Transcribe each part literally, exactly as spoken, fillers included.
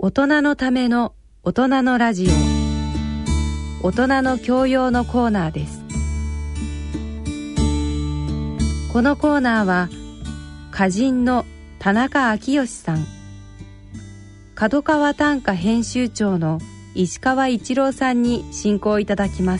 大人のための大人のラジオ、大人の教養のコーナーです。このコーナーは歌人の田中昭義さん、角川短歌編集長の石川一郎さんに進行いただきます。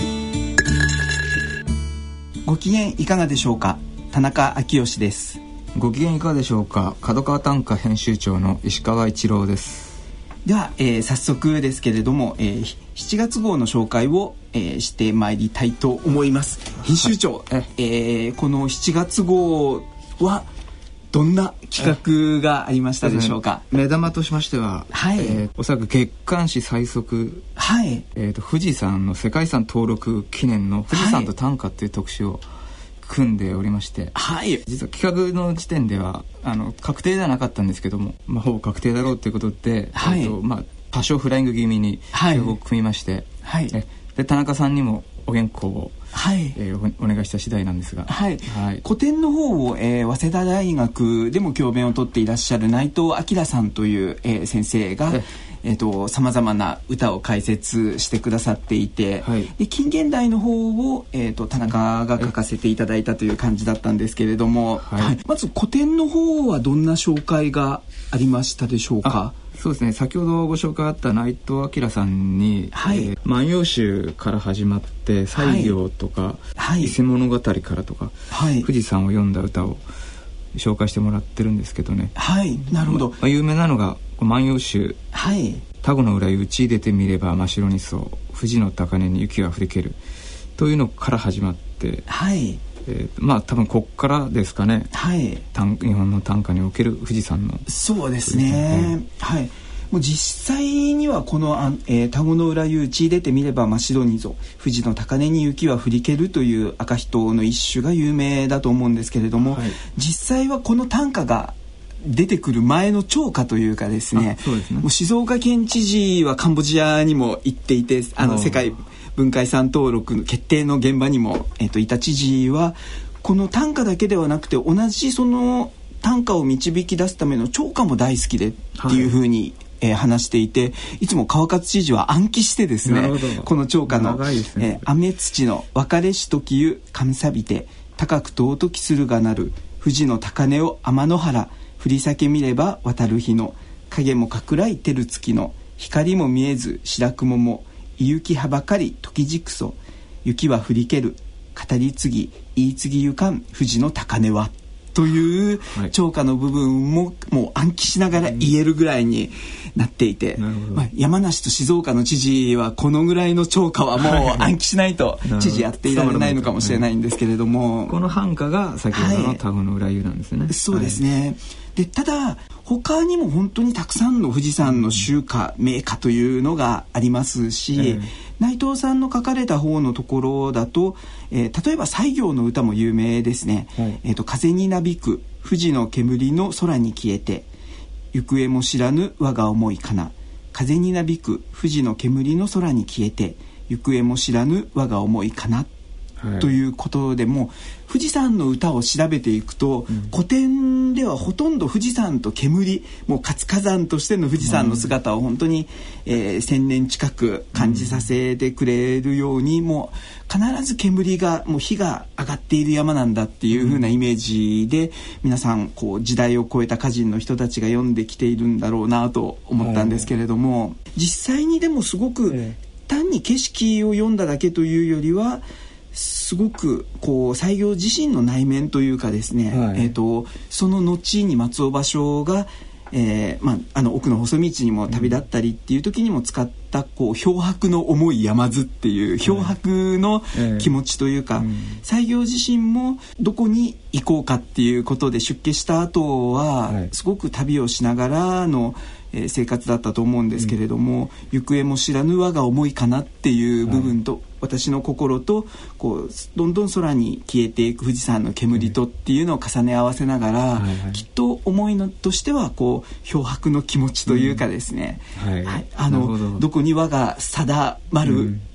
ご機嫌いかがでしょうか。田中昭義です。 ご機嫌いかがでしょうか。角川短歌編集長の石川一郎です。 では、えー、早速ですけれども、えー、しちがつ号の紹介を、えー、してまいりたいと思います。編集長、はい、えー、このしちがつ号はどんな企画がありましたでしょうか。 目玉としましては、 はい、 えー、おそらく月刊誌最速、 はい、 えー、と富士山の世界遺産登録記念の富士山と短歌という特集を組んでおりまして、はい、実は企画の時点ではあの確定ではなかったんですけども、まあ、ほぼ確定だろうということで、はい、えーとまあ、多少フライング気味に企画を組みまして、はい、えで田中さんにもお原稿を、はい、えー、お, お願いした次第なんですが、はいはい、古典の方を、えー、早稲田大学でも教鞭をとっていらっしゃる内藤明さんという、えー、先生がえーと、様々な歌を解説してくださっていて、はい、で近現代の方を、えーと、田中が書かせていただいたという感じだったんですけれども、はいはい、まず古典の方はどんな紹介がありましたでしょうか。 そうですね、先ほどご紹介あった内藤明さんに、はい、えー、万葉集から始まって西行とか、はい、伊勢物語からとか、はい、富士山を読んだ歌を紹介してもらってるんですけどね。 はい、なるほど。 まあ、有名なのが万葉集、 はい、 田子の浦湯打ち出てみれば真っ白にそう富士の高根に雪が降りけるというのから始まって、はい、えー、まあ多分こっからですかね、はい、日本の短歌における富士山の。 そうですね、はい、もう実際にはこのあ、えー、田子の浦湯打ち出てみれば真っ白にぞ富士の高根に雪は降りけるという赤人の一首が有名だと思うんですけれども、はい、実際はこの短歌が出てくる前の超歌というかですね、 そうですね、 もう静岡県知事はカンボジアにも行っていて、あの世界文化遺産登録の決定の現場にも、えー、といた知事はこの短歌だけではなくて同じその短歌を導き出すための超歌も大好きでっていうふうに、はい、えー、話していて、いつも川勝知事は暗記してですね、この超歌の、ね、えー、雨土の別れしときゆ神さびて高く尊きするがなる富士の高根を天の原振り裂け見れば渡る日の影もかくらい照る月の光も見えず白雲もい雪はばかり時じくそ雪は降りける語り継ぎ言い継ぎゆかん富士の高根はという超歌の部分ももう暗記しながら言えるぐらいになっていて、まあ、山梨と静岡の知事はこのぐらいの超歌はもう暗記しないと知事やっていられないのかもしれないんですけれども、 この繁歌が先ほどの田子の浦湯なんですね、はい、 そうですね、はい、でただ他にも本当にたくさんの富士山の集歌名歌というのがありますし、えー、内藤さんの書かれた方のところだと、えー、例えば西行の歌も有名ですね、はい、えーと、風になびく富士の煙の空に消えて行方も知らぬ我が思いかな、風になびく富士の煙の空に消えて行方も知らぬ我が思いかな、はい、ということでも富士山の歌を調べていくと、うん、古典ではほとんど富士山と煙、もう活火山としての富士山の姿を本当に、うん、えー、せんねん近く感じさせてくれるように、うん、もう必ず煙がもう火が上がっている山なんだっていう風なイメージで、うん、皆さんこう時代を超えた歌人の人たちが読んできているんだろうなと思ったんですけれども、うん、実際にでもすごく、ええ、単に景色を読んだだけというよりはすごくこう西行自身の内面というかですね、はい、えーと、その後に松尾芭蕉が、えーまあ、あの奥の細道にも旅立ったりっていう時にも使ったこう漂白の重い山津っていう漂白の気持ちというか、はい、西行自身もどこに行こうかっていうことで出家した後はすごく旅をしながらのえー、生活だったと思うんですけれども、うん、行方も知らぬ我が思いかなっていう部分と、はい、私の心とこうどんどん空に消えていく富士山の煙とっていうのを重ね合わせながら、はいはい、きっと思いのとしてはこう漂白の気持ちというかですね、うん、はいはい、あの ど, どこに我が定まる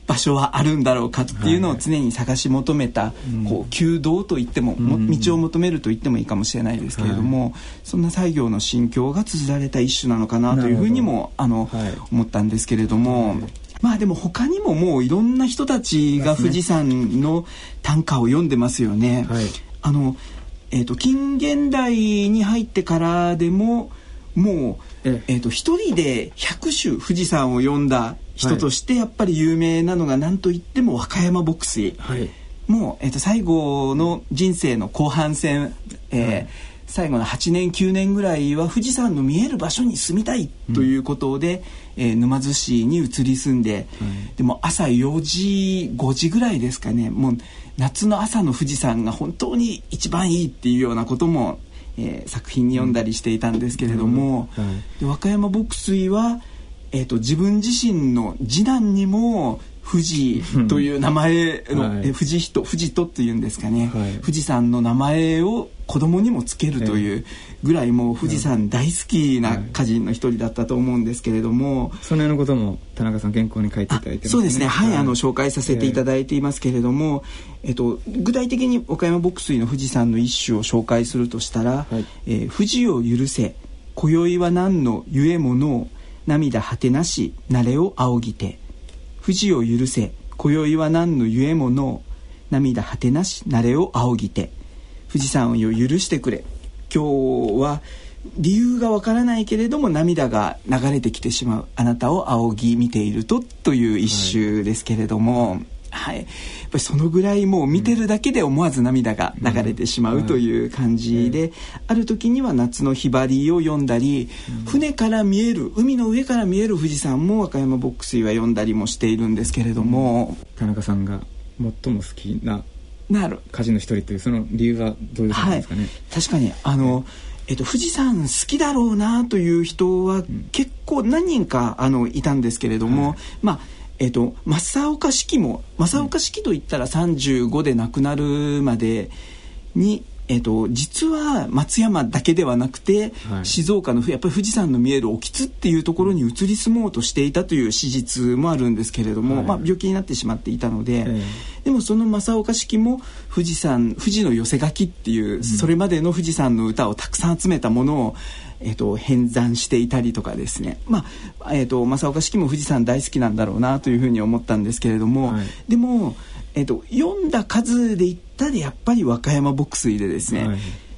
場所はあるんだろうかっていうのを常に探し求めた、はい、こう求道と言っても、うん、道を求めると言ってもいいかもしれないですけれども、はい、そんな西行の心境が綴られた一種なのかなというふうにもあの、はい、思ったんですけれども、はい、まあでも他にももういろんな人たちが富士山の短歌を読んでますよね。はい、あのえーと、近現代に入ってからでももう、ええーと、一人でひゃく首富士山を読んだ人としてやっぱり有名なのが何といっても和歌山牧水、はい、もう、えーと、最後の人生の後半戦、えーはい、最後のはちねんきゅうねんぐらいは富士山の見える場所に住みたいということで、うんえー、沼津市に移り住んで、うん、でも朝よじごじぐらいですかね、もう夏の朝の富士山が本当に一番いいっていうようなことも、えー、作品に読んだりしていたんですけれども、うんはい、で和歌山牧水は、えーと、自分自身の次男にも富士という名前の、はい、え富士人富士人っていうんですかね、はい、富士山の名前を子供にもつけるというぐらいもう富士山大好きな歌人の一人だったと思うんですけれども、 はい、その辺のことも田中さん原稿に書いていただいてますね。 そうですね、はい、はい、あの紹介させていただいていますけれども、えっと、具体的に和歌山牧水の富士山の一首を紹介するとしたら、はいえー、富士を許せ今宵は何のゆえものを涙果てなし慣れを仰ぎて、富士を許せ今宵は何のゆえものを涙果てなし慣れを仰ぎて、富士山を許してくれ、今日は理由がわからないけれども涙が流れてきてしまうあなたを仰ぎ見ているとという一首ですけれども、はいはい、やっぱりそのぐらいもう見てるだけで思わず涙が流れてしまうという感じで、うんはい、ある時には夏のひばりを読んだり、うん、船から見える海の上から見える富士山も和歌山牧水は読んだりもしているんですけれども、 うん、田中さんが最も好きな歌人の一人というその理由はどういうことですかね。はい、 確かにあの、えっと、富士山好きだろうなという人は結構何人かあのいたんですけれども、はい、まあえっと、正岡子規も正岡子規といったらさんじゅうごで亡くなるまでに、えっと、実は松山だけではなくて、はい、静岡のやっぱり富士山の見える興津っていうところに移り住もうとしていたという史実もあるんですけれども、はいまあ、病気になってしまっていたので、はい、でもその正岡子規も富士山富士の寄せ書きっていう、うん、それまでの富士山の歌をたくさん集めたものをえー、と編纂していたりとかですね、まあえー、と正岡子規も富士山大好きなんだろうなというふうに思ったんですけれども、はい、でも、えー、と読んだ数で言ったらやっぱり和歌山牧水でですね、はい、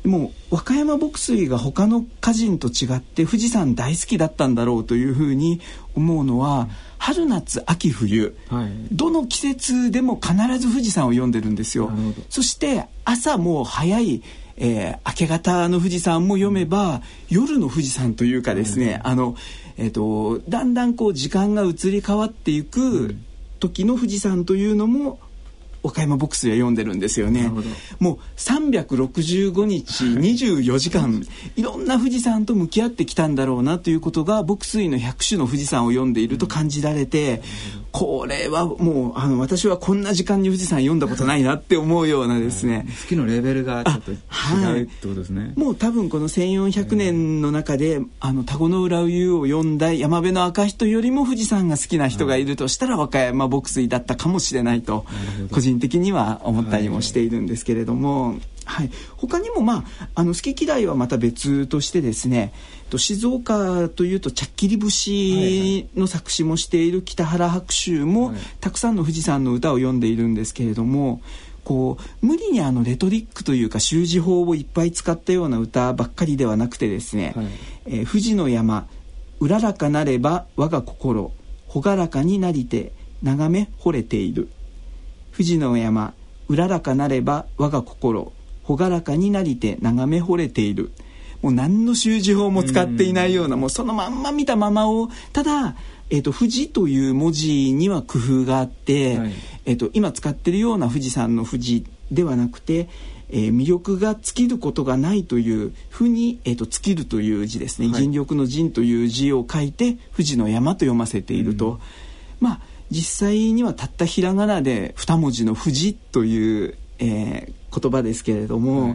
もう和歌山牧水が他の歌人と違って富士山大好きだったんだろうというふうに思うのは、うん、春夏秋冬、はい、どの季節でも必ず富士山を読んでるんですよ。そして朝もう早いえー、明け方の富士山も読めば夜の富士山というかですね、うん、あの、えーと、だんだんこう時間が移り変わっていく時の富士山というのも和歌山牧水は読んでるんですよね。もうさんびゃくろくじゅうごにちにじゅうよじかんいろんな富士山と向き合ってきたんだろうなということが牧水のひゃく首の富士山を読んでいると感じられて、これはもうあの私はこんな時間に富士山読んだことないなって思うようなですね、 好きのレベルがちょっと違うってことですね。 はい、もう多分このせんよんひゃくねんの中であの田子の浦湯を読んだ山辺の赤人よりも富士山が好きな人がいるとしたら和歌山牧水だったかもしれないと個人的には思ったりもしているんですけれども、はいはい、他にも、まあ、あの好き嫌いはまた別としてですね、静岡というと茶っ切り節の作詞もしている北原白秋も、はい、たくさんの富士山の歌を読んでいるんですけれども、こう無理にあのレトリックというか習字法をいっぱい使ったような歌ばっかりではなくてですね、はいえー、富士の山うららかなれば我が心朗らかになりて眺め惚れている、富士の山うららかなれば我が心朗らかになりて眺め惚れている、もう何の習字法も使っていないような、もうそのまんま見たままを、ただ、えーと、富士という文字には工夫があって、はいえーと、今使ってるような富士山の富士ではなくて、えー、魅力が尽きることがないというふうに、えーと、尽きるという字ですね、はい、尽力の尽という字を書いて富士の山と読ませていると、うん、まあ実際にはたったひらがなで二文字の富士という、えー言葉ですけれども、はい、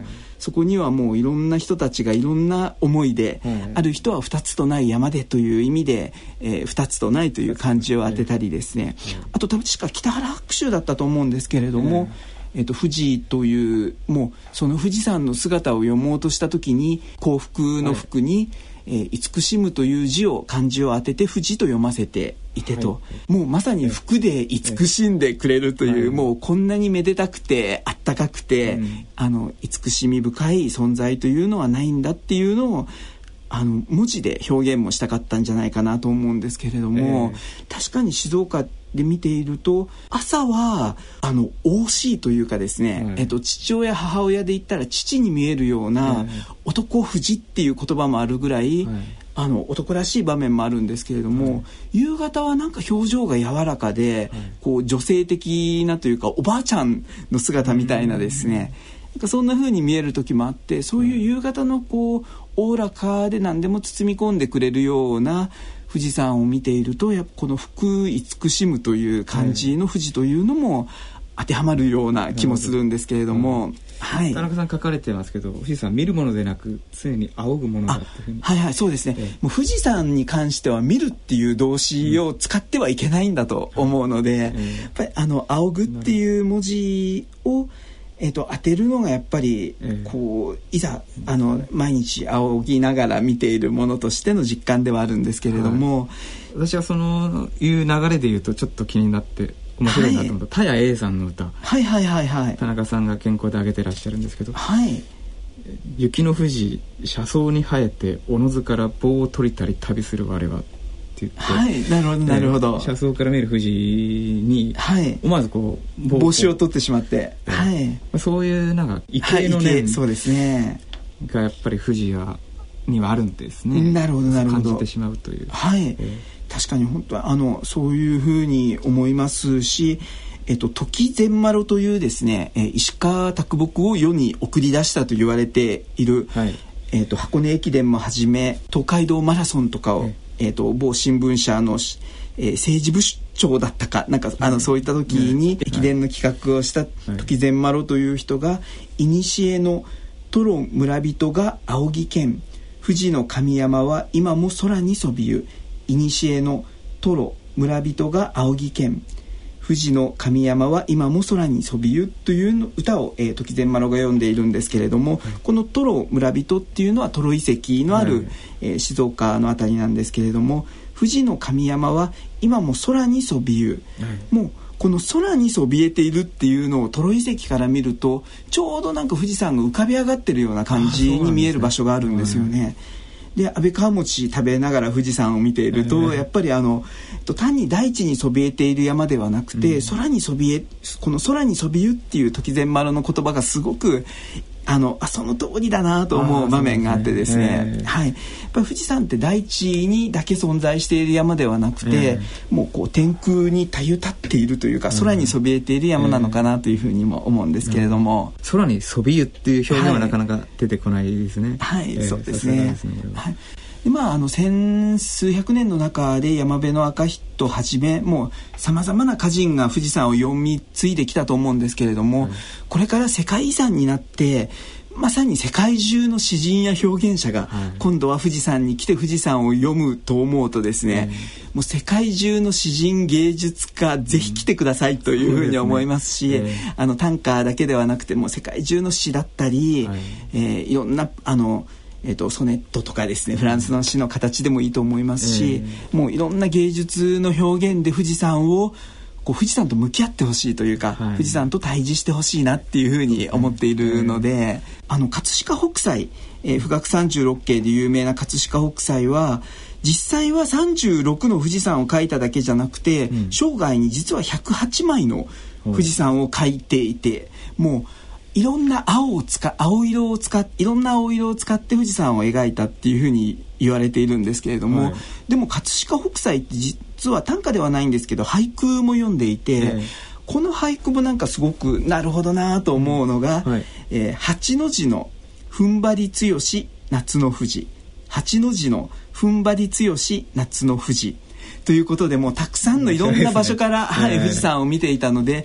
そこにはもういろんな人たちがいろんな思いで、うん、ある人は二つとない山でという意味で、えー、二つとないという漢字を当てたりですね、うん、あと確か北原白秋だったと思うんですけれども、うん、えー、と富士というもうその富士山の姿を読もうとした時に幸福の福に、はい、えー、慈しむという字を漢字を当てて富士と読ませていてと、はい、もうまさに福で慈しんでくれるという、はい、もうこんなにめでたくてあったかくて、うん、あの慈しみ深い存在というのはないんだっていうのをあの文字で表現もしたかったんじゃないかなと思うんですけれども、えー、確かに静岡で見ていると朝はあの惜しいというかですね、はい、えっと、父親母親で言ったら父に見えるような、はい、男富士っていう言葉もあるぐらい、はい、あの男らしい場面もあるんですけれども、はい、夕方はなんか表情が柔らかで、はい、こう女性的なというかおばあちゃんの姿みたいなですね、なんかそんな風に見える時もあって、そういう夕方のこうおおらかで何でも包み込んでくれるような富士山を見ていると、やっぱこの福慈しむという漢字の富士というのも当てはまるような気もするんですけれども、うん、はい、 田中さん書かれてますけど、富士山見るものでなく常に仰ぐものだっていうふうに。 はいはい、そうですね、ええ、もう富士山に関しては見るっていう動詞を使ってはいけないんだと思うので、うん、やっぱりあの仰ぐっていう文字をえー、と当てるのがやっぱりこう、いざあの毎日仰ぎながら見ているものとしての実感ではあるんですけれども、はい、 私はそのいう流れで言うとちょっと気になって面白いなと思った、はい、田谷栄さんの歌、 はいはいはいはい、 田中さんが健康で挙げてらっしゃるんですけど、 はい、 雪の富士車窓に生えておのずから棒を取りたり旅する我はって言って、 はい、なるほどなるほど、 車窓から見る富士に思わずこう帽子を取ってしまって、はい、 そういうなんか畏敬の念、 はい、そうですね、 がやっぱり富士はにはあるんですね。 なるほどなるほど、 感じてしまうという、 はい、えー、確かに本当はあのそういうふうに思いますし、えっと、時善丸というですね、えー、石川啄木を世に送り出したと言われている、はい、えっと、箱根駅伝もはじめ東海道マラソンとかを、えーえー、と某新聞社の、えー、政治部長だったかなんかあのそういった時に駅伝の企画をした時善丸という人が、いにしえのトロ村人が仰ぎ剣、富士の神山は今も空にそびゆ、いにしえのトロ村人が仰ぎ剣、富士の神山は今も空にそびゆという歌を、えー、時善丸が読んでいるんですけれども、はい、このトロ村人っていうのはトロ遺跡のある、はい、えー、静岡のあたりなんですけれども、富士の神山は今も空にそびゆ、はい、もうこの空にそびえているっていうのをトロ遺跡から見るとちょうどなんか富士山が浮かび上がってるような感じに見える場所があるんですよね。で安倍川餅食べながら富士山を見ていると、えー、やっぱりあの単に大地にそびえている山ではなくて、うん、空にそびえこの空にそびゆっていう時善丸の言葉がすごくあのあその通りだなと思う場面があってですね、えーはい、やっぱり富士山って大地にだけ存在している山ではなくて、えー、もうこう天空にたゆたっているというか、空にそびえている山なのかなというふうにも思うんですけれども、 えー、空にそびゆっていう表現はなかなか出てこないですね。 はい、はい、えー、そうですね。はい、でまあ、あの千数百年の中で山辺の赤人はじめもうさまざまな歌人が富士山を読み継いできたと思うんですけれども、はい、これから世界遺産になってまさに世界中の詩人や表現者が今度は富士山に来て富士山を読むと思うとですね、うん、もう世界中の詩人芸術家ぜひ来てくださいというふうに思いますし、うん、すね、あの短歌だけではなくても世界中の詩だったり、はい、えー、いろんなあのえー、とソネットとかですね、フランスの詩の形でもいいと思いますし、えー、もういろんな芸術の表現で富士山をこう富士山と向き合ってほしいというか、はい、富士山と対峙してほしいなっていうふうに思っているので、えー、あの葛飾北斎、えー、富岳三十六景で有名な葛飾北斎は実際はさんじゅうろくの富士山を描いただけじゃなくて、うん、生涯に実はひゃくはちまいの富士山を描いていて、もういろんな青を使青色を使っいろんな青色を使って富士山を描いたっていうふうに言われているんですけれども、はい、でも葛飾北斎って実は短歌ではないんですけど俳句も読んでいて、はい、この俳句もなんかすごくなるほどなと思うのが、はい、えー、八の字の踏ん張り強し夏の富士、八の字の踏ん張り強し夏の富士ということで、もうたくさんのいろんな場所から、はい、富士山を見ていたので、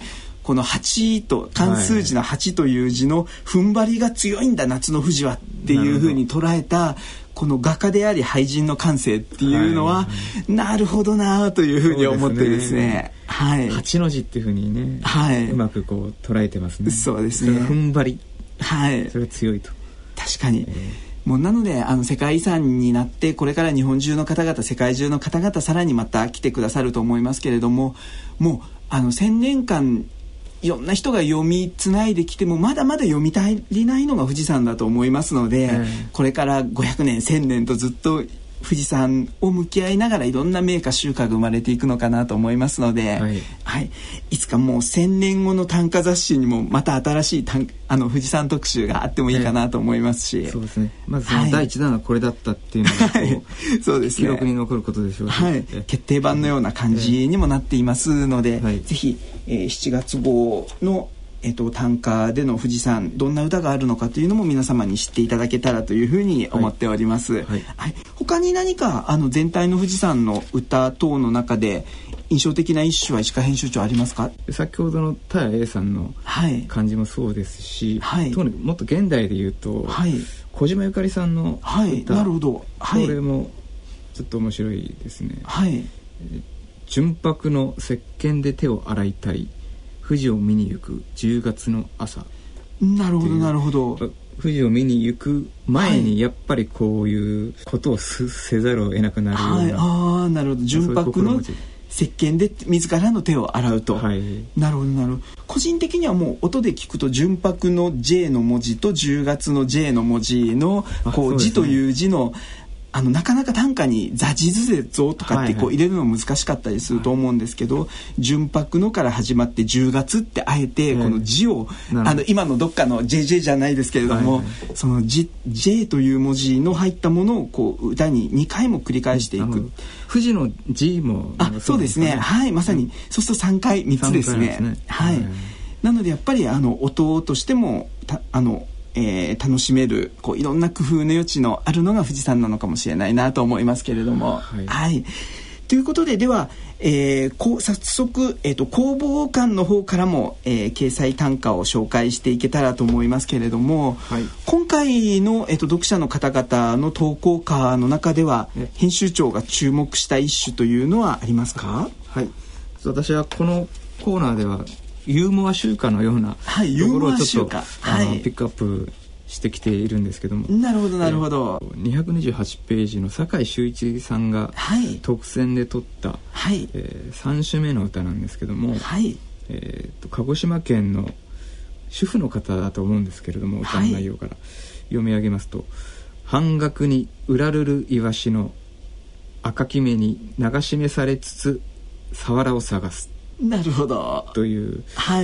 このはちと漢数字のはちという字の踏ん張りが強いんだ夏の富士はっていうふうに捉えたこの画家であり俳人の感性っていうのは、はい、なるほどなというふうに思ってですね、はい、 八の字っていうふうにね、はい、うまくこう捉えてますね。 そうですね。 それ踏ん張り、 はい、 それが強いと。 確かに、えー、もうなのであの世界遺産になってこれから日本中の方々世界中の方々さらにまた来てくださると思いますけれども、もうあのせんねんかんいろんな人が読みつないできてもまだまだ読み足りないのが富士山だと思いますので、えー、これからごひゃくねんせんねんとずっと富士山を向き合いながらいろんな名家集家が生まれていくのかなと思いますので、はいはい、いつかもうせんねんごの短歌雑誌にもまた新しい短あの富士山特集があってもいいかなと思いますし、 えー、そうですね。まずそのだいいちだんがこれだったっていうのがこう、はい、そうですね、記録に残ることでしょうし、 はい、決定版のような感じにもなっていますので、えーはい、ぜひ、えー、しちがつ号のえっと、短歌での富士山どんな歌があるのかというのも皆様に知っていただけたらというふうに思っております、はいはいはい、他に何かあの全体の富士山の歌等の中で印象的な一首は石川編集長ありますか？ 先ほどの田谷 A さんの感じもそうですし、はい、特にもっと現代で言うと、はい、小島ゆかりさんの歌、はい、なるほど、はい、これもちょっと面白いですね、はい、純白の石鹸で手を洗いたい富士を見に行くじゅうがつの朝。 なるほどなるほど。 富士を見に行く前にやっぱりこういうことをせざるを得なくなるような、はい、 ああなるほど。純白の石鹸で自らの手を洗うと、はい、なるほどなるほど。個人的にはもう音で聞くと純白の J の文字とじゅうがつの J の文字のこう、ね、字という字のあのなかなか短歌に座字図像とかってこう入れるの難しかったりすると思うんですけど、はいはい、純白のから始まってじゅうがつってあえてこの字を、えー、あの今のどっかの ジェイジェイ じゃないですけれども、はいはい、その J, J という文字の入ったものをこう歌ににかいも繰り返していく。 富士の G もあそうですね、はい、まさに、うん、そうするとさんかいみっつですね。ですね、はい、はい、なのでやっぱりあの音としてもたあのえー、楽しめるこういろんな工夫の余地のあるのが富士山なのかもしれないなと思いますけれども、はい、はい、ということででは、えー、こう早速、えーと、広報館の方からも、えー、掲載短歌を紹介していけたらと思いますけれども、はい、今回の、えーと、読者の方々の投稿歌の中では編集長が注目した一首というのはありますか？ はい、私はこのコーナーではユーモア集歌のようなところをちょっと、はい、ピックアップしてきているんですけども、 なるほどなるほど、 えー、にひゃくにじゅうはちページの酒井秀一さんが特選で取った、はい、えー、さん首目の歌なんですけども、はい、えー、と鹿児島県の主婦の方だと思うんですけれども、歌の内容から読み上げますと、はい、半額にうらるるイワシの赤き目に流し目されつつさわらを探す、 なるほどという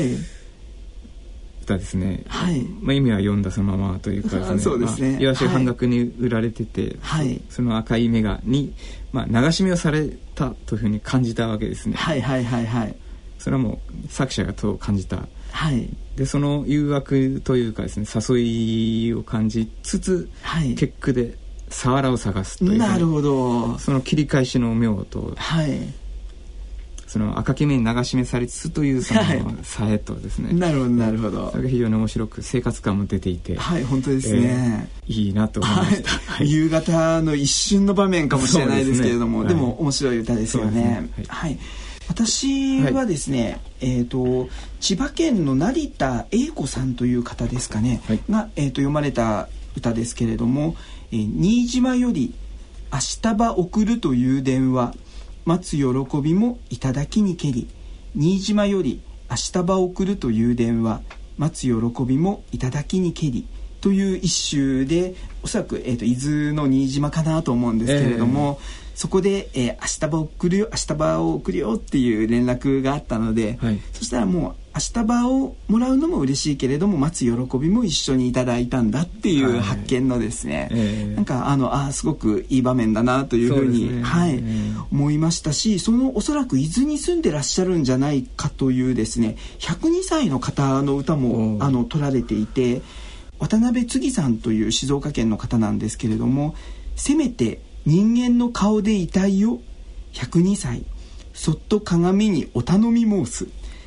歌ですね、はい、まあ、意味は読んだそのままというかですね、そうですね、まあ、イワシが半額に売られてて、はい、そ, その赤い目がに、まあ、流し目をされたというふうに感じたわけですね。はいはいはいはい。それはもう作者がそう感じた、はい、でその誘惑というかですね、誘いを感じつつ、はい、結句でさわらを探すという、 なるほど、 その切り返しの妙と、はい、その赤き目に流し目されつつというそのさえとですね、 はい、なるほどなるほど、 それが非常に面白く生活感も出ていて、 はい、本当ですね、 えー、いいなと思いました、 はい、夕方の一瞬の場面かもしれないですけれども、 で,、ね、でも面白い歌ですよね、ね、はい、はい、私はですね、はい、えーと、千葉県の成田英子さんという方ですかね、はい、が、えーと、読まれた歌ですけれども、えー、新島より明日ば送るという電話、待つ喜びもいただきにけり、新島より明日ば送るという電話、待つ喜びもいただきにけりという一首で、おそらく、えーと、伊豆の新島かなと思うんですけれども、えーそこで、えー、明日場を送るよ明日場を送るよっていう連絡があったので、はい、そしたらもう明日場をもらうのも嬉しいけれども待つ喜びも一緒にいただいたんだっていう発見のですね、はい、えー、なんかあのあすごくいい場面だなというふうに、ね、はい、えー、思いましたし、そのおそらく伊豆に住んでらっしゃるんじゃないかというですねひゃくにさいの方の歌もあの取られていて、渡辺次さんという静岡県の方なんですけれども、せめて人間の顔でいたいよひゃくにさい、そっと鏡にお頼み申す、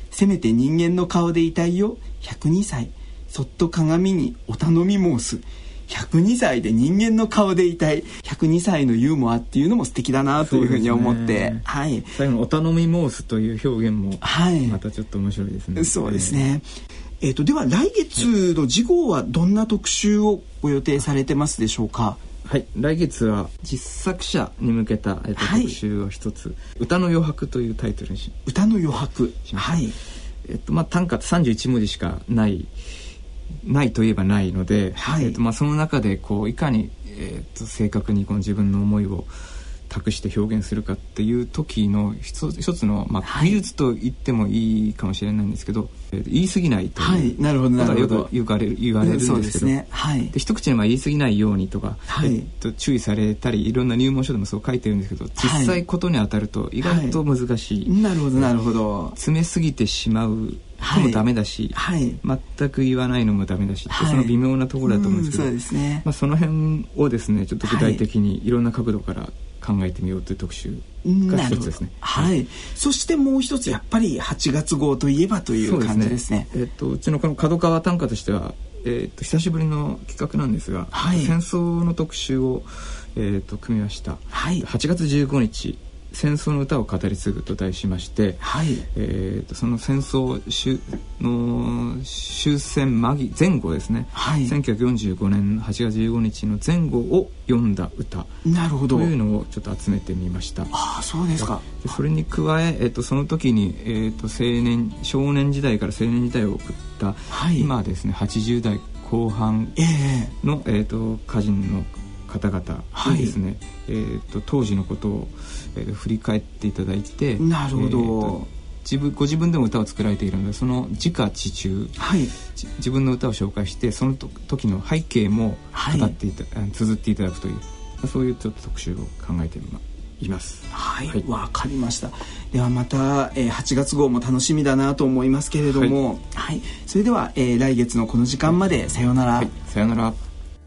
せめて人間の顔でいたいよひゃくにさい、そっと鏡にお頼み申す。ひゃくにさいで人間の顔でいたい、ひゃくにさいのユーモアっていうのも素敵だなというふうに思って、ね、はい、 最後のお頼み申すという表現もまたちょっと面白いですね、 はい、そうですね、えーと、では来月の次号はどんな特集をご予定されてますでしょうか。 はい、来月は実作者に向けた、えーとはい、特集を一つ、歌の余白というタイトルにし歌の余白しました、はい、えーとまあ、短歌ってさんじゅういち文字しかないないといえばないので、はい、えーとまあ、その中でこういかに、えーと正確にこの自分の思いを託して表現するかっていう時の一つ、一つの、まあ、技術と言ってもいいかもしれないんですけど、はい、言い過ぎないということがよく言われる、言われるんですけど、そうですね、はい、で一口にまあ言い過ぎないようにとか、はい、えっと、注意されたりいろんな入門書でもそう書いてるんですけど、実際ことに当たると意外と難しい、 はい、なるほどなるほど、 詰めすぎてしまうのもダメだし、はいはい、全く言わないのもダメだし、はい、その微妙なところだと思うんですけど、うん、そうですね、まあ、その辺をですねちょっと具体的にいろんな角度から考えてみようという特集が一つですね。 はい、そしてもう一つやっぱりはちがつ号といえばという感じですね。 そうですね、えっと、うちのこの角川短歌としては、えっと、久しぶりの企画なんですが、はい、戦争の特集を、えっと、組みました、はい、はちがつじゅうごにち戦争の歌を語り継ぐと題しまして、はい、えー、とその戦争の終戦間際前後ですね、はい、せんきゅうひゃくよんじゅうごねんはちがつじゅうごにちの前後を読んだ歌というのをちょっと集めてみました。 あ、そうですか。 でそれに加え、えー、とその時に、えー、と青年少年時代から青年時代を送った、はい、今ですねはちじゅうだいこう半の、えー、と歌人の方々にですね、はい、えー、と当時のことを、えー、振り返っていただいて、 なるほど、えー、自分ご自分でも歌を作られているので、その自家自中、はい、自分の歌を紹介してその時の背景も語っていた、はい、綴っていただくという、そういうちょっと特集を考えています。 はい、わ、はい、かりました。ではまた、えー、はちがつ号も楽しみだなと思いますけれども、はい、はい、それでは、えー、来月のこの時間までさようなら、はい、 さようなら。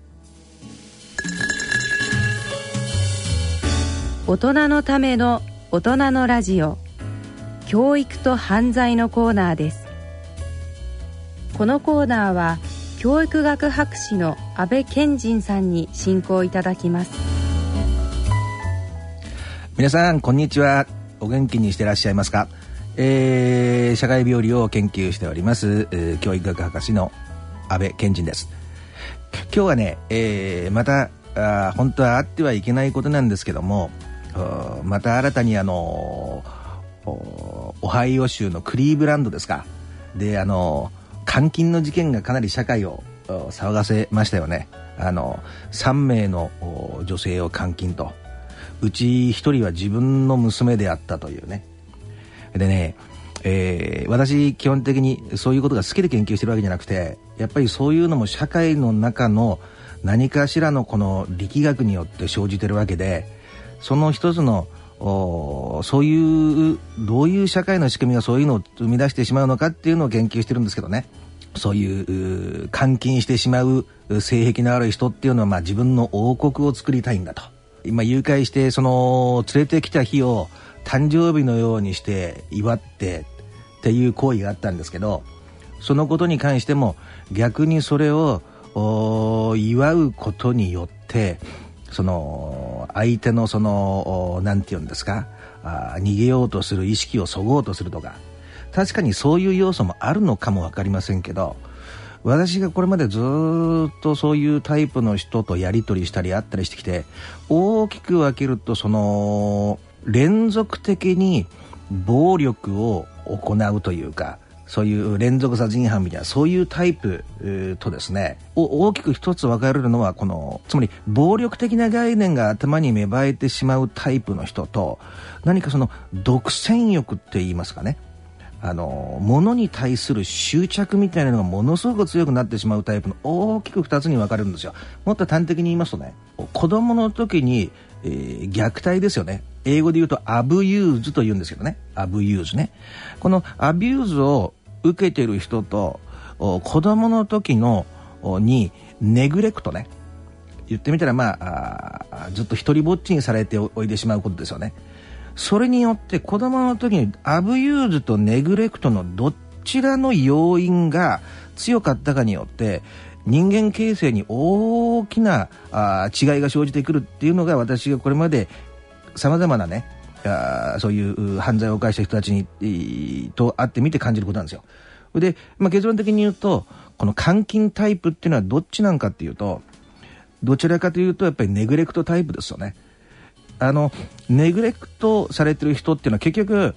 大人のための大人のラジオ、教育と犯罪のコーナーです。このコーナーは教育学博士の安倍賢人さんに進行いただきます。 皆さんこんにちは。お元気にしてらっしゃいますか。えー、社会病理を研究しております、えー、教育学博士の安倍賢人です。今日はね、えー、またあ本当はあってはいけないことなんですけども、また新たにあのオハイオ州のクリーブランドですかで、あの監禁の事件がかなり社会を騒がせましたよね。あのさんめいの女性を監禁と、うちひとりは自分の娘であったというね。でね、えー、私基本的にそういうことが好きで研究してるわけじゃなくて、やっぱりそういうのも社会の中の何かしらのこの力学によって生じてるわけで、その一つのそういうどういう社会の仕組みがそういうのを生み出してしまうのかっていうのを研究してるんですけどね。そういう監禁してしまう性癖のある人っていうのは、まあ自分の王国を作りたいんだと。今誘拐してその連れてきた日を誕生日のようにして祝ってっていう行為があったんですけど、そのことに関しても逆にそれを祝うことによってその相手のそのなんて言うんですか、あ逃げようとする意識をそごうとするとか、確かにそういう要素もあるのかも分かりませんけど、私がこれまでずっとそういうタイプの人とやり取りしたりあったりしてきて、大きく分けるとその連続的に暴力を行うというか、そういう連続殺人犯みたいなそういうタイプとですね、大きく一つ分かれるのはこの、つまり暴力的な概念が頭に芽生えてしまうタイプの人と、何かその独占欲って言いますかね、あの物に対する執着みたいなのがものすごく強くなってしまうタイプの大きく二つに分かれるんですよ。もっと端的に言いますとね、子供の時に、えー、虐待ですよね。英語で言うとアブユーズと言うんですけどね、アブユーズね。このアビューズを受けてる人と子供の時のにネグレクトね、言ってみたらまあ、あずっと一人ぼっちにされておいてしまうことですよね。 それによって子供の時にアブユーズとネグレクトのどちらの要因が強かったかによって人間形成に大きなあ違いが生じてくるっていうのが、私がこれまでさまざまなねあそういう犯罪を犯した人たちにと会ってみて感じることなんですよ。で、まあ、結論的に言うと、この監禁タイプっていうのはどっちなんかっていうと、どちらかというとやっぱりネグレクトタイプですよね。あのネグレクトされてる人っていうのは結局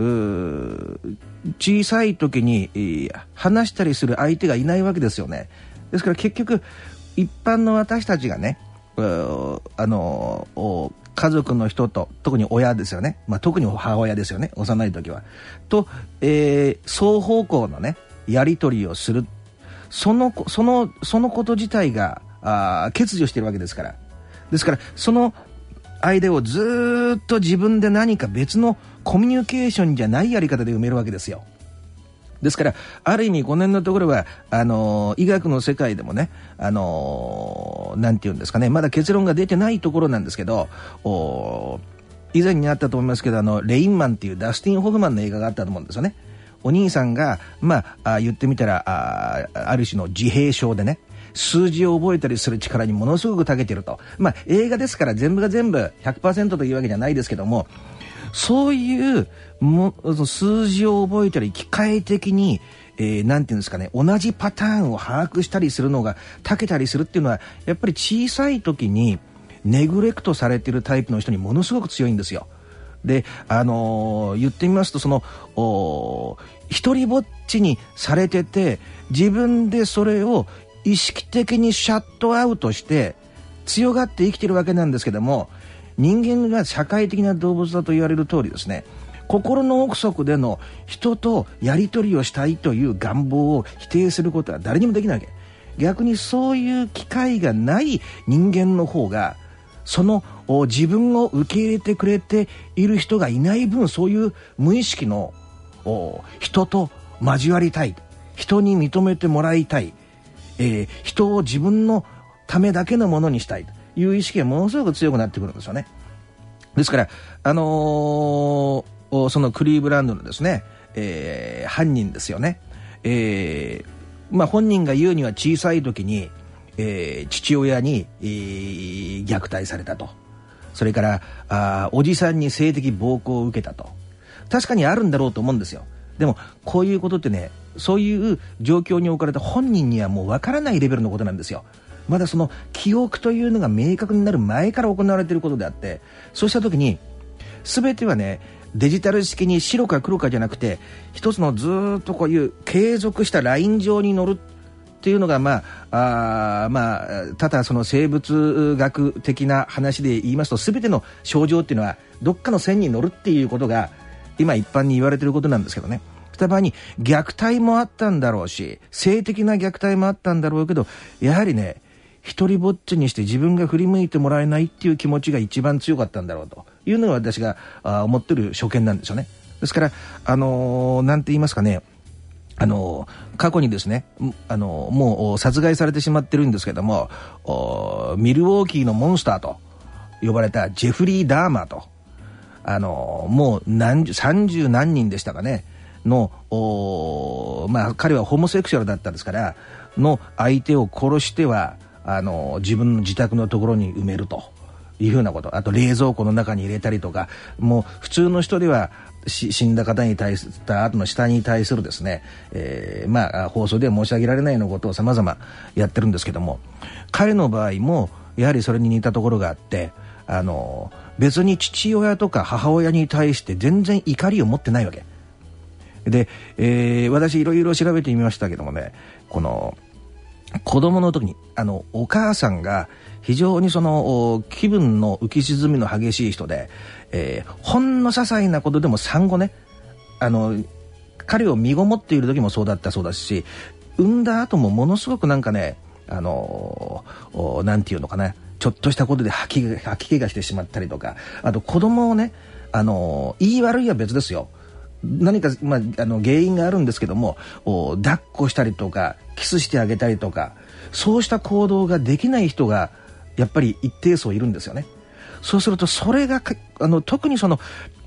小さい時に話したりする相手がいないわけですよね。ですから結局一般の私たちがね、あの家族の人と、特に親ですよね、まあ、特に母親ですよね、幼い時はと、えー、双方向のねやり取りをする、そのそのそのこと自体があ欠如しているわけですから、ですからその間をずっと自分で何か別のコミュニケーションじゃないやり方で埋めるわけですよ。ですからある意味この辺のところはあの医学の世界でもね、あのなんていうんですかね、まだ結論が出てないところなんですけど、以前にあったと思いますけど、あのレインマンっていうダスティン・ホフマンの映画があったと思うんですよね。お兄さんが、まあ、あ言ってみたら あ, ある種の自閉症でね、数字を覚えたりする力にものすごく長けていると。まあ映画ですから全部が全部 ひゃくパーセント というわけじゃないですけども、そういうも数字を覚えたり機械的に、えー、なんていうんですかね、同じパターンを把握したりするのが長けたりするっていうのは、やっぱり小さい時にネグレクトされているタイプの人にものすごく強いんですよ。で、あのー、言ってみますと、その一人ぼっちにされてて、自分でそれを意識的にシャットアウトして強がって生きてるわけなんですけども、人間が社会的な動物だと言われる通りですね、心の奥底での人とやり取りをしたいという願望を否定することは誰にもできないわけ。逆にそういう機会がない人間の方が、その自分を受け入れてくれている人がいない分、そういう無意識の人と交わりたい、人に認めてもらいたい、えー、人を自分のためだけのものにしたいという意識がものすごく強くなってくるんですよね。ですから、あのー、そのクリーブランドのですね、えー、犯人ですよね、えーまあ、本人が言うには小さい時に、えー、父親に、えー、虐待されたと、それからあおじさんに性的暴行を受けたと、確かにあるんだろうと思うんですよ。でもこういうことってね、そういう状況に置かれた本人にはもうわからないレベルのことなんですよ。まだその記憶というのが明確になる前から行われていることであって、そうした時に全てはね、デジタル式に白か黒かじゃなくて、一つのずっとこういう継続したライン上に乗るっていうのが、まあ、あまあただその生物学的な話で言いますと、全ての症状っていうのはどっかの線に乗るっていうことが今一般に言われていることなんですけどね。たまに虐待もあったんだろうし、性的な虐待もあったんだろうけど、やはりね、一人ぼっちにして自分が振り向いてもらえないっていう気持ちが一番強かったんだろうというのが私が思ってる所見なんですよね。ですから、あのー、なんて言いますかね、あのー、過去にですね、あのー、もう殺害されてしまってるんですけども、ミルウォーキーのモンスターと呼ばれたジェフリー・ダーマーと、あのー、もう何十三十何人でしたかねの、まあ彼はホモセクシュアルだったんですからの相手を殺しては、あの自分の自宅のところに埋めるというふうなこと、あと冷蔵庫の中に入れたりとか、もう普通の人では死んだ方に対した後の死体に対するですね、えー、まあ放送では申し上げられないようなことを様々やってるんですけども、彼の場合もやはりそれに似たところがあって、あの別に父親とか母親に対して全然怒りを持ってないわけで、えー、私いろいろ調べてみましたけどもね、この子供の時にあのお母さんが非常にその気分の浮き沈みの激しい人で、えー、ほんの些細なことでも産後ね、あの彼を身ごもっている時もそうだったそうだし、産んだ後もものすごくなんかね、あのなんていうのかな、ちょっとしたことで吐き吐き気がしてしまったりとか、あと子供をね、あの言い悪いは別ですよ、何か、まあ、あの原因があるんですけども、抱っこしたりとかキスしてあげたりとか、そうした行動ができない人がやっぱり一定数いるんですよね。そうするとそれがあの特にその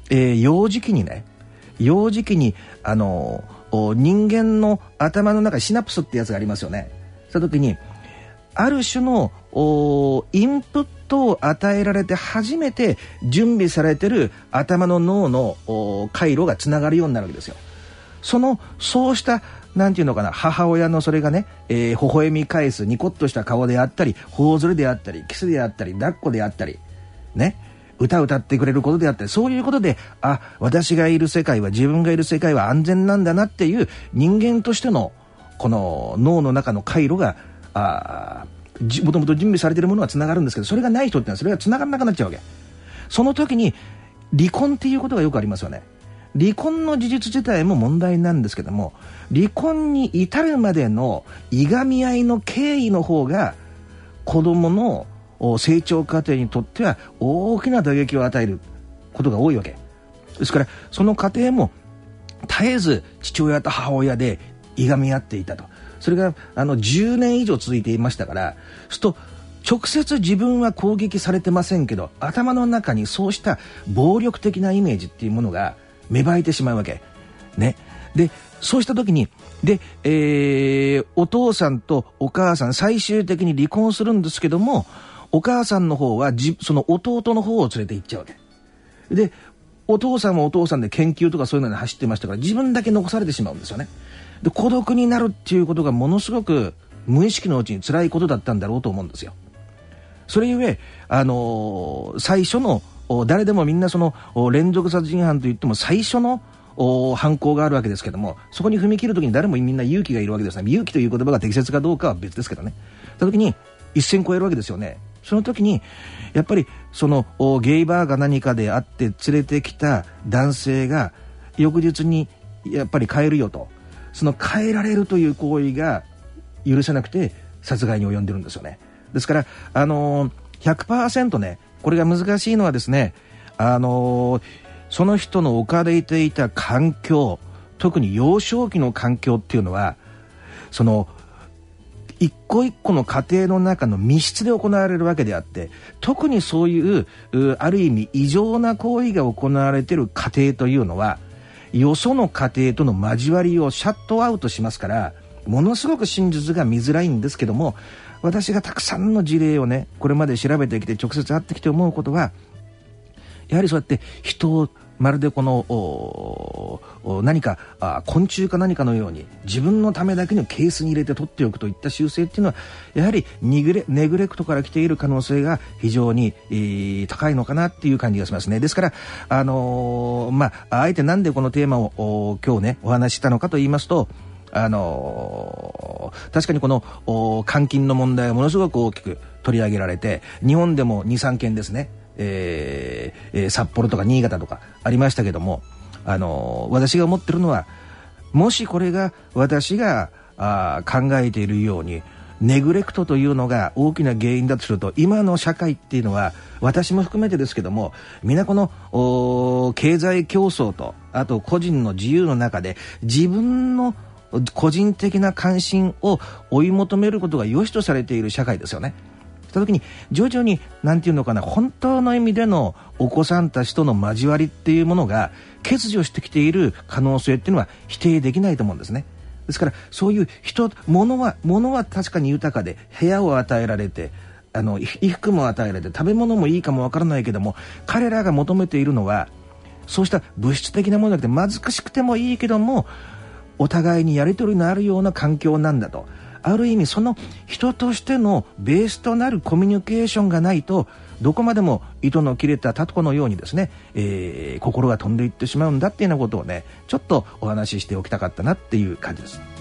えー、幼児期にね幼児期にあの人間の頭の中にシナプスってやつがありますよね。その時にある種のインプットを与えられて初めて準備されてる頭の脳の回路がつながるようになるわけですよ。そのそうしたなんていうのかな、母親のそれがね、えー、微笑み返すニコッとした顔であったり、頬ずりであったり、キスであったり、抱っこであったりね、歌歌ってくれることであったり、そういうことで、あ、私がいる世界は、自分がいる世界は安全なんだなっていう人間としてのこの脳の中の回路があもともと準備されているものはつながるんですけど、それがない人ってのはそれがつながらなくなっちゃうわけ。その時に離婚っていうことがよくありますよね。離婚の事実自体も問題なんですけども、離婚に至るまでのいがみ合いの経緯の方が子供の成長過程にとっては大きな打撃を与えることが多いわけですから、その過程も絶えず父親と母親でいがみ合っていたと。それがあのじゅうねん以上続いていましたから、そうすると直接自分は攻撃されてませんけど、頭の中にそうした暴力的なイメージっていうものが芽生えてしまうわけね。でそうした時にで、えー、お父さんとお母さん最終的に離婚するんですけども、お母さんの方はじその弟の方を連れて行っちゃうわけで、お父さんもお父さんで研究とかそういうのに走ってましたから、自分だけ残されてしまうんですよね。で孤独になるっていうことがものすごく無意識のうちに辛いことだったんだろうと思うんですよ。それゆえ、あのー、最初の誰でもみんなその連続殺人犯といっても最初の犯行があるわけですけども、そこに踏み切るときに誰もみんな勇気がいるわけですね。勇気という言葉が適切かどうかは別ですけどね。その時に一線越えるわけですよね。その時にやっぱりそのゲイバーが何かであって連れてきた男性が翌日にやっぱり帰るよと、その帰られるという行為が許せなくて殺害に及んでるんですよね。ですからあのー、ひゃくパーセント ね、これが難しいのはですね、あのー、その人の置かれていた環境、特に幼少期の環境っていうのはその一個一個の家庭の中の密室で行われるわけであって、特にそういうある意味異常な行為が行われている家庭というのはよその家庭との交わりをシャットアウトしますから、ものすごく真実が見づらいんですけども、私がたくさんの事例をねこれまで調べてきて直接会ってきて思うことは、やはりそうやって人をまるでこの何かあ昆虫か何かのように自分のためだけのケースに入れて取っておくといった習性っていうのはやはりニグレネグレクトから来ている可能性が非常に、えー、高いのかなっていう感じがしますね。ですからあのー、まああえてなんでこのテーマを今日ねお話ししたのかと言いますと、あのー、確かにこの監禁の問題はものすごく大きく取り上げられて、日本でも にさんけんですね、えーえー、札幌とか新潟とかありましたけども、あのー、私が思ってるのは、もしこれが私があ考えているようにネグレクトというのが大きな原因だとすると、今の社会っていうのは私も含めてですけども、皆この経済競争とあと個人の自由の中で自分の個人的な関心を追い求めることが良しとされている社会ですよね。した時に徐々になんていうのかな、本当の意味でのお子さんたちとの交わりっていうものが欠如してきている可能性っていうのは否定できないと思うんですね。ですからそういう人物は物は確かに豊かで、部屋を与えられてあの衣服も与えられて食べ物もいいかもわからないけども、彼らが求めているのはそうした物質的なものじゃなくて、貧しくてもいいけどもお互いにやり取りのあるような環境なんだと。ある意味その人としてのベースとなるコミュニケーションがないと、どこまでも糸の切れたタコのようにですね、えー、心が飛んでいってしまうんだっていうようなことをね、ちょっとお話ししておきたかったなっていう感じです。